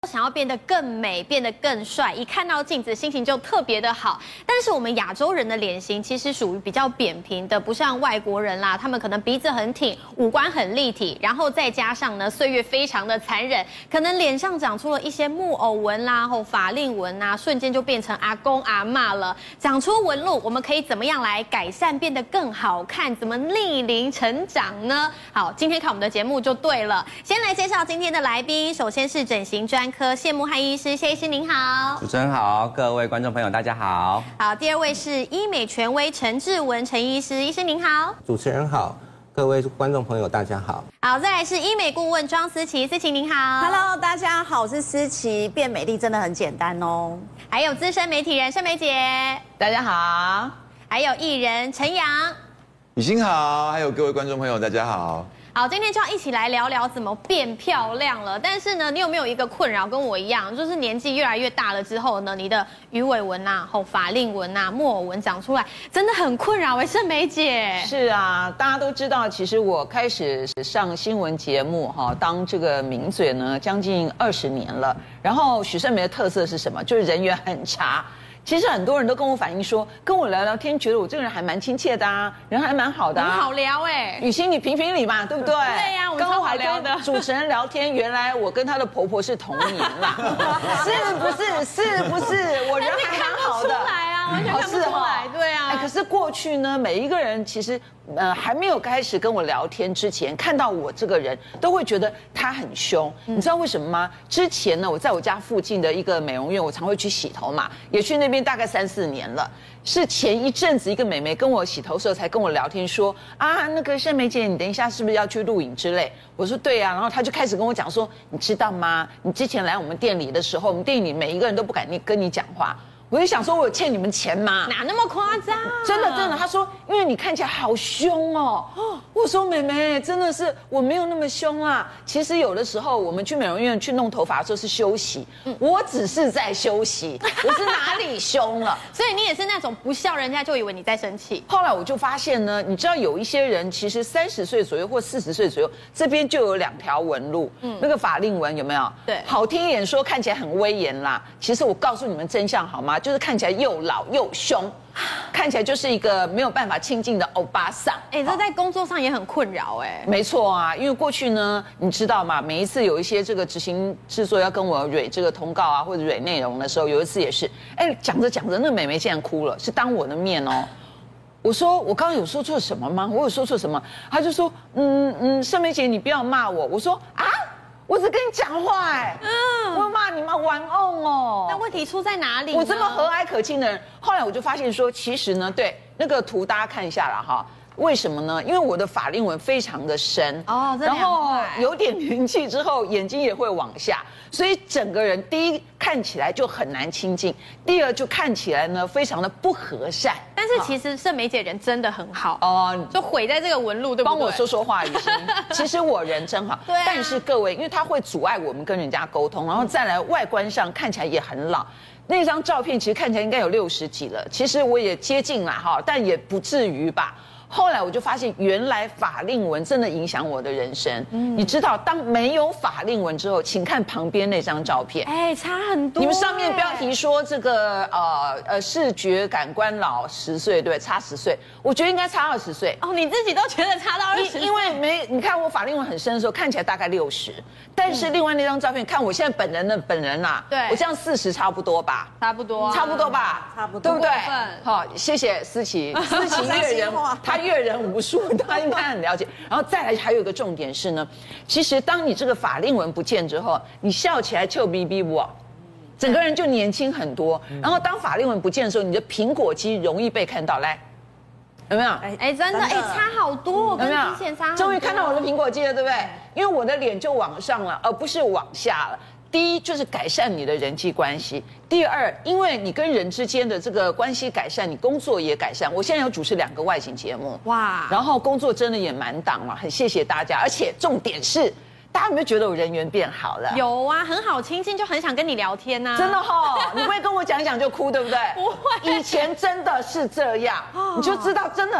想要变得更美，变得更帅，一看到镜子心情就特别的好。但是我们亚洲人的脸型其实属于比较扁平的，不像外国人啦，他们可能鼻子很挺，五官很立体，然后再加上呢岁月非常的残忍，可能脸上长出了一些木偶纹啦、法令纹啊，瞬间就变成阿公阿嬷了。长出纹路，我们可以怎么样来改善，变得更好看？怎么逆龄成长呢？好，今天看我们的节目就对了。先来介绍今天的来宾，首先是整形专科谢慕翰医师，谢医师您好。 主持人好，各位观众朋友大家好。 好，第二位是医美权威陈志文陈医师，医师您好。 主持人好，各位观众朋友大家好。 好，再来是医美顾问庄思琪，思琪您好。 Hello， 大家好，我是思琪。变美丽真的很简单哦。 还有资深媒体人盛梅姐， 大家好。 还有艺人陈阳， 雨欣好，还有各位观众朋友大家好。 好，今天就要一起来聊聊怎么变漂亮了。但是呢，你有没有一个困扰跟我一样，就是年纪越来越大了之后呢，你的鱼尾纹啊、法令纹啊、木偶纹长出来，真的很困扰盛梅姐。 是啊，大家都知道，其实我开始上新闻节目当这个名嘴呢，将近20年了。然后许胜梅的特色是什么？就是人缘很差。其实很多人都跟我反映说，跟我聊聊天，觉得我这个人还蛮亲切的啊，人还蛮好的啊， 很好聊哎。 雨欣，你评评理嘛，对不对？ 对呀，我们超好聊的。 主持人聊天，原来我跟她的婆婆是同年啦，是不是？是不是？我人还蛮好的。 完全看不出来，对啊。 可是过去呢，每一个人其实还没有开始跟我聊天之前，看到我这个人都会觉得他很凶。你知道为什么吗？之前呢，我在我家附近的一个美容院，我常会去洗头嘛，也去那边大概3、4年了。是前一阵子一个美眉跟我洗头的时候才跟我聊天说啊，那个盛梅姐，你等一下是不是要去录影之类？我说对啊，然后她就开始跟我讲说，你知道吗？你之前来我们店里的时候，我们店里每一个人都不敢跟你讲话。我就想说，我有欠你们钱吗？ 哪那么夸张？ 真的。他说，因为你看起来好凶哦。我说，妹妹，真的是我没有那么凶啦。其实有的时候我们去美容院去弄头发的时候是休息，我只是在休息，我是哪里凶了？ 所以你也是那种不笑人家就以为你在生气。 后来我就发现呢，你知道有一些人其实30岁左右或40岁左右，这边就有2条纹路，那个法令纹有没有？ 对， 好听一点说看起来很威严啦，其实我告诉你们真相好吗？就是看起来又老又凶，看起来就是一个没有办法亲近的欧巴桑。 这在工作上也很困扰没错啊，因为过去呢，你知道吗？每一次有一些这个执行制作要跟我蕊这个通告啊，或者蕊内容的时候，有一次也是，讲着讲着，那个美眉竟然哭了，是当我的面哦。我说我刚刚有说错什么吗？我有说错什么？她就说，盛梅姐你不要骂我。我说啊。我只跟你讲话我骂你吗？玩哦。 那问题出在哪里呢？ 我这么和蔼可亲的人，后来我就发现说，其实呢，对那个图大家看一下了哈。为什么呢？因为我的法令纹非常的深然后有点年纪之后，眼睛也会往下，所以整个人第一看起来就很难亲近，第二就看起来呢非常的不和善。 但是其实盛梅姐人真的很好就毁在这个纹路，对不对？ 帮我说说话，雨欣。其实我人真好， 对啊。 但是各位，因为它会阻碍我们跟人家沟通，然后再来外观上看起来也很老。那张照片其实看起来应该有60几了，其实我也接近了但也不至于吧。后来我就发现，原来法令纹真的影响我的人生。你知道，当没有法令纹之后，请看旁边那张照片， 差很多。 你们上面标题说这个视觉感官老10岁，对，差10岁，我觉得应该差20岁。 你自己都觉得差到20岁？ 因为你看我法令纹很深的时候，看起来大概60，但是另外那张照片，看我现在本人啦， 对， 我这样40差不多吧？ 差不多吧？ 差不多， 对不对？好，谢谢思琪，思琪阅人，他阅人无数，他应该很了解。然后再来还有一个重点是呢，其实当你这个法令纹不见之后，你笑起来臭逼逼不？整个人就年轻很多。然后当法令纹不见的时候，你的苹果肌容易被看到，来。有没有？ 真的，差好多，跟之前差很多。 终于看到我的苹果肌了，对不对？因为我的脸就往上了，而不是往下了。第一就是改善你的人际关系，第二，因为你跟人之间的这个关系改善，你工作也改善。我现在有主持2个外景节目，然后工作真的也满档了，很谢谢大家。而且重点是，大家有没有觉得我人缘变好了？ 有啊，很好亲近，就很想跟你聊天啊。 真的你不会跟我讲一讲就哭，对不对？ 不会， 以前真的是这样，你就知道真的。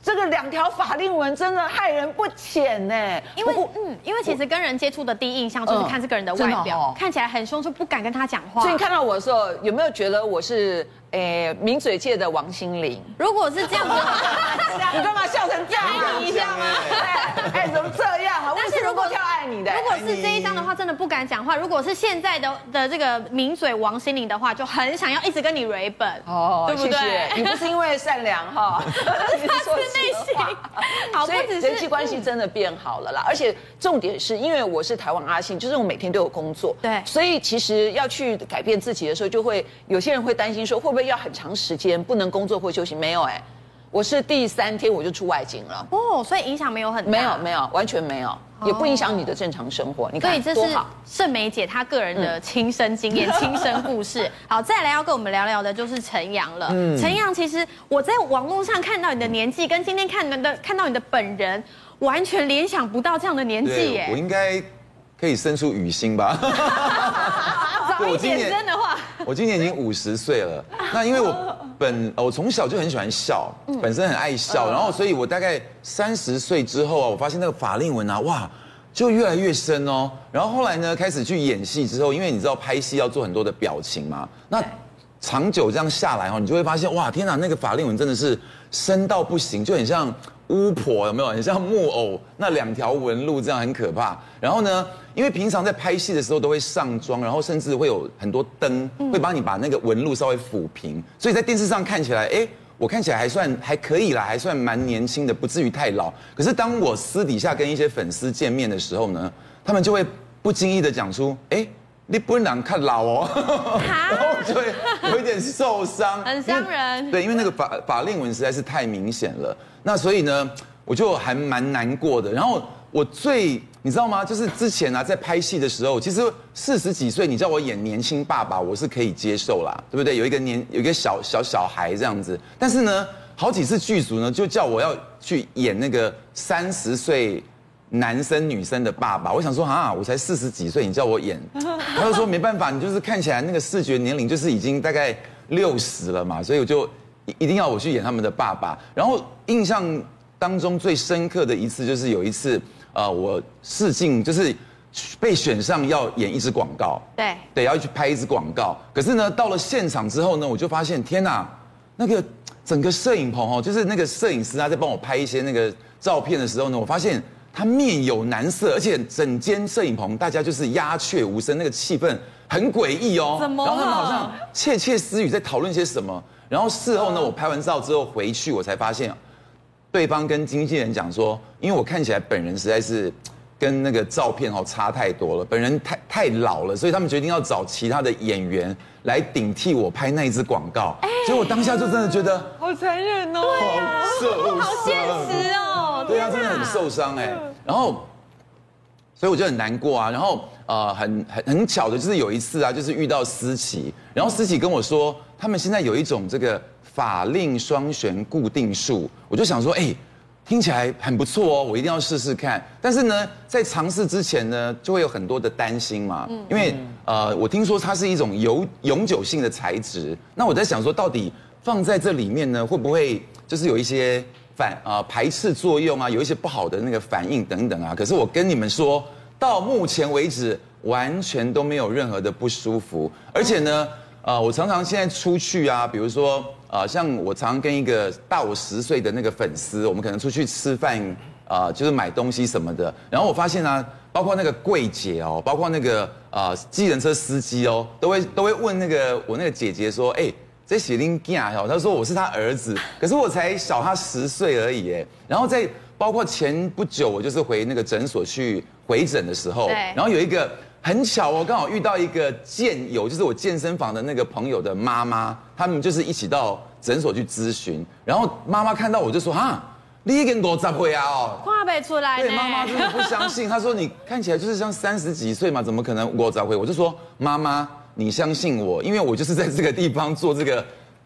这个2条法令纹真的害人不浅呢。 因为其实跟人接触的第一印象就是看这个人的外表，看起来很凶，就不敢跟他讲话。 所以你看到我的时候，有没有觉得我是名嘴界的王心凌？ 如果是这样子， 你干嘛笑成这样？ 爱你一下吗？ 怎么这样啊？ 但是如果跳爱你的， 如果是这一张的话，真的不敢讲话。如果是现在的这个名嘴王心凌的话，就很想要一直跟你 re 本，对不对？ 谢谢你不是因为善良哈， 他是内心好， 所以人际关系真的变好了啦。而且重点是因为我是台湾阿信，就是我每天都有工作， 对， 所以其实要去改变自己的时候，就会有些人会担心说，会不会要很长时间不能工作或休息？没有我是第3天我就出外景了。 所以影响没有很大。 没有，完全没有，也不影响你的正常生活。你看， 所以这是盛梅姐她个人的亲身经验、亲身故事。好，再来要跟我们聊聊的就是陈阳了。陈阳，其实我在网络上看到你的年纪，跟今天看到你的本人，完全联想不到这样的年纪耶。 我应该可以生出雨欣吧？ 早一点生的话， 我今年已经50岁了。那因为我从小就很喜欢笑，本身很爱笑，然后所以我大概30岁之后啊，我发现那个法令纹啊，哇，就越来越深哦。然后后来呢，开始去演戏之后，因为你知道拍戏要做很多的表情嘛，那长久这样下来你就会发现，哇，天哪，那个法令纹真的是深到不行，就很像巫婆，有没有？很像木偶那2条纹路，这样很可怕。然后呢，因为平常在拍戏的时候都会上妆，然后甚至会有很多灯会帮你把那个纹路稍微抚平，所以在电视上看起来，我看起来还可以啦，还算蛮年轻的，不至于太老。可是当我私底下跟一些粉丝见面的时候呢，他们就会不经意的讲出，你不能看老哦，然后就会有一点受伤， 很伤人。 对，因为那个法令纹实在是太明显了。那所以呢，我就还蛮难过的。然后你知道吗？就是之前啊，在拍戏的时候，其实40几岁，你叫我演年轻爸爸，我是可以接受啦，对不对？有一个小孩这样子。但是呢，好几次剧组呢就叫我要去演那个30岁。男生女生的爸爸，我想说我才40几岁，你叫我演，他就说没办法，你就是看起来那个视觉年龄就是已经大概60了嘛，所以我就一定要我去演他们的爸爸。然后印象当中最深刻的一次就是有一次，我试镜就是被选上要演一支广告，对，要去拍一支广告。可是呢，到了现场之后呢，我就发现天哪，那个整个摄影棚就是那个摄影师在帮我拍一些那个照片的时候呢，我发现。他面有难色，而且整间摄影棚大家就是鸦雀无声，那个气氛很诡异哦。 怎么了？ 然后他们好像窃窃私语在讨论些什么。然后事后呢，我拍完照之后回去，我才发现，对方跟经纪人讲说，因为我看起来本人实在是跟那个照片差太多了，本人太老了，所以他们决定要找其他的演员来顶替我拍那一支广告。所以我当下就真的觉得好残忍哦， 好现实哦。 对啊，真的很受伤然后，所以我就很难过啊。然后很巧的就是有一次啊，就是遇到思琪，然后思琪跟我说，他们现在有一种这个法令双旋固定术，我就想说，听起来很不错哦，我一定要试试看。但是呢，在尝试之前呢，就会有很多的担心嘛，因为我听说它是一种永久性的材质，那我在想说，到底放在这里面呢，会不会就是有一些排斥作用啊，有一些不好的那个反应等等啊？可是我跟你们说，到目前为止完全都没有任何的不舒服，而且呢，我常常现在出去啊，比如说像我常常跟一个大我10岁的那个粉丝，我们可能出去吃饭就是买东西什么的，然后我发现啊，包括那个柜姐包括那个计程车司机都会问我那个姐姐说，这是你儿他说我是他儿子，可是我才小他10岁而已然后再包括前不久我就是回那个诊所去回诊的时候，然后有一个很巧刚好遇到一个健友，就是我健身房的那个朋友的妈妈，他们就是一起到诊所去咨询，然后妈妈看到我就说你已经50岁啊看不出来。 对，妈妈真的不相信，她说你看起来就是像30几岁嘛，怎么可能50岁？我就说妈妈。你相信我，因为我就是在这个地方做这个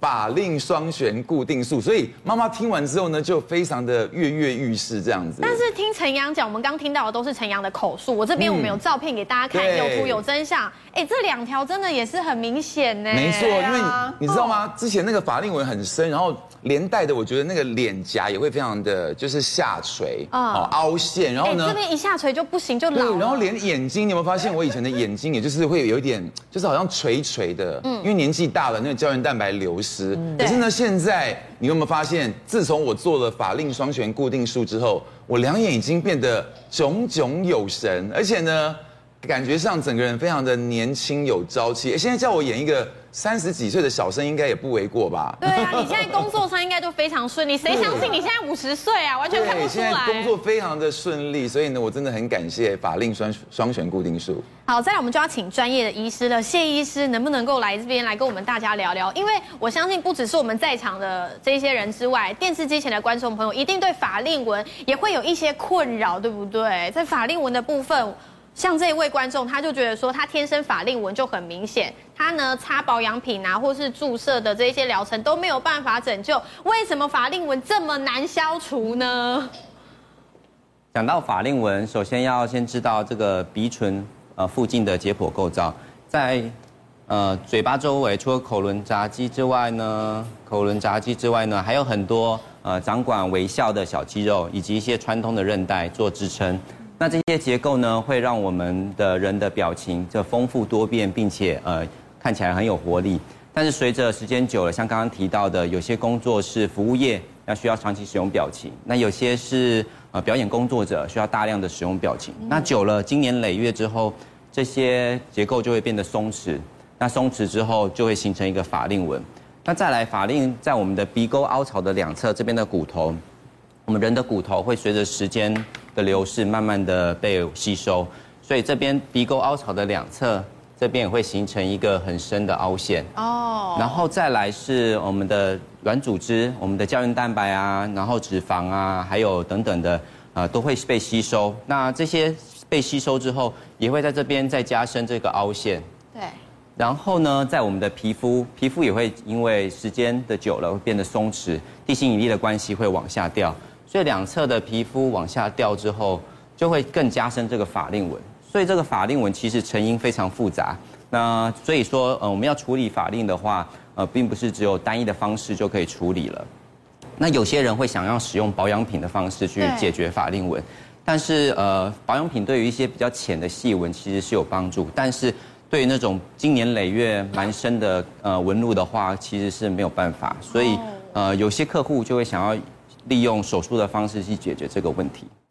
法令双旋固定术，所以妈妈听完之后呢，就非常的跃跃欲试这样子。 但是听陈阳讲，我们刚听到的都是陈阳的口述，我这边我们有照片给大家看， 对有图有真相。哎，这2条真的也是很明显呢。 没错，因为你知道吗？之前那个法令纹很深，然后连带的，我觉得那个脸颊也会非常的就是下垂，凹陷，然后呢， 这边一下垂就不行，就老对， 了。 然后连眼睛，你有没有发现我以前的眼睛也就是会有一点，就是好像垂垂的，因为年纪大了，那个胶原蛋白流失。可是呢，现在你有没有发现，自从我做了法令双旋固定术之后，我2眼已经变得炯炯有神，而且呢，感觉上整个人非常的年轻有朝气。现在叫我演一个30几岁的小生，应该也不为过吧？ 对啊，你现在工作上应该都非常顺利，谁相信你现在50岁啊？完全看不出现在来。 工作非常的顺利，所以呢，我真的很感谢法令双旋固定术。 好，再来我们就要请专业的医师了。谢医师能不能够来这边来跟我们大家聊聊？因为我相信不只是我们在场的这些人之外，电视机前的观众朋友一定对法令纹也会有一些困扰，对不对？在法令纹的部分，像这一位观众，他就觉得说他天生法令纹就很明显，他呢擦保养品啊，或是注射的这些疗程都没有办法拯救，为什么法令纹这么难消除呢？ 讲到法令纹，首先要先知道这个鼻唇附近的解剖构造，在嘴巴周围，除了口轮匝肌之外呢，还有很多掌管微笑的小肌肉，以及一些穿通的韧带做支撑。那这些结构呢，会让我们的人的表情就丰富多变，并且看起来很有活力。但是随着时间久了，像刚刚提到的，有些工作是服务业，需要长期使用表情；那有些是表演工作者，需要大量的使用表情。那久了，经年累月之后，这些结构就会变得松弛。那松弛之后，就会形成一个法令纹。那再来，法令在我们的鼻沟凹槽的2侧这边的骨头，我们人的骨头会随着时间的流逝，慢慢的被吸收，所以这边鼻沟凹槽的2侧。这边也会形成一个很深的凹陷哦，然后再来是我们的软组织，我们的胶原蛋白啊，然后脂肪啊，还有等等的都会被吸收。那这些被吸收之后，也会在这边再加深这个凹陷。 对。 然后呢，在我们的皮肤也会因为时间的久了会变得松弛，地心引力的关系会往下掉，所以2侧的皮肤往下掉之后，就会更加深这个法令纹。所以这个法令纹其实成因非常复杂，那所以说我们要处理法令的话，并不是只有单一的方式就可以处理了。那有些人会想要使用保养品的方式去解决法令纹，但是保养品对于一些比较浅的细纹其实是有帮助，但是对于那种经年累月蛮深的纹路的话，其实是没有办法。所以有些客户就会想要利用手术的方式去解决这个问题。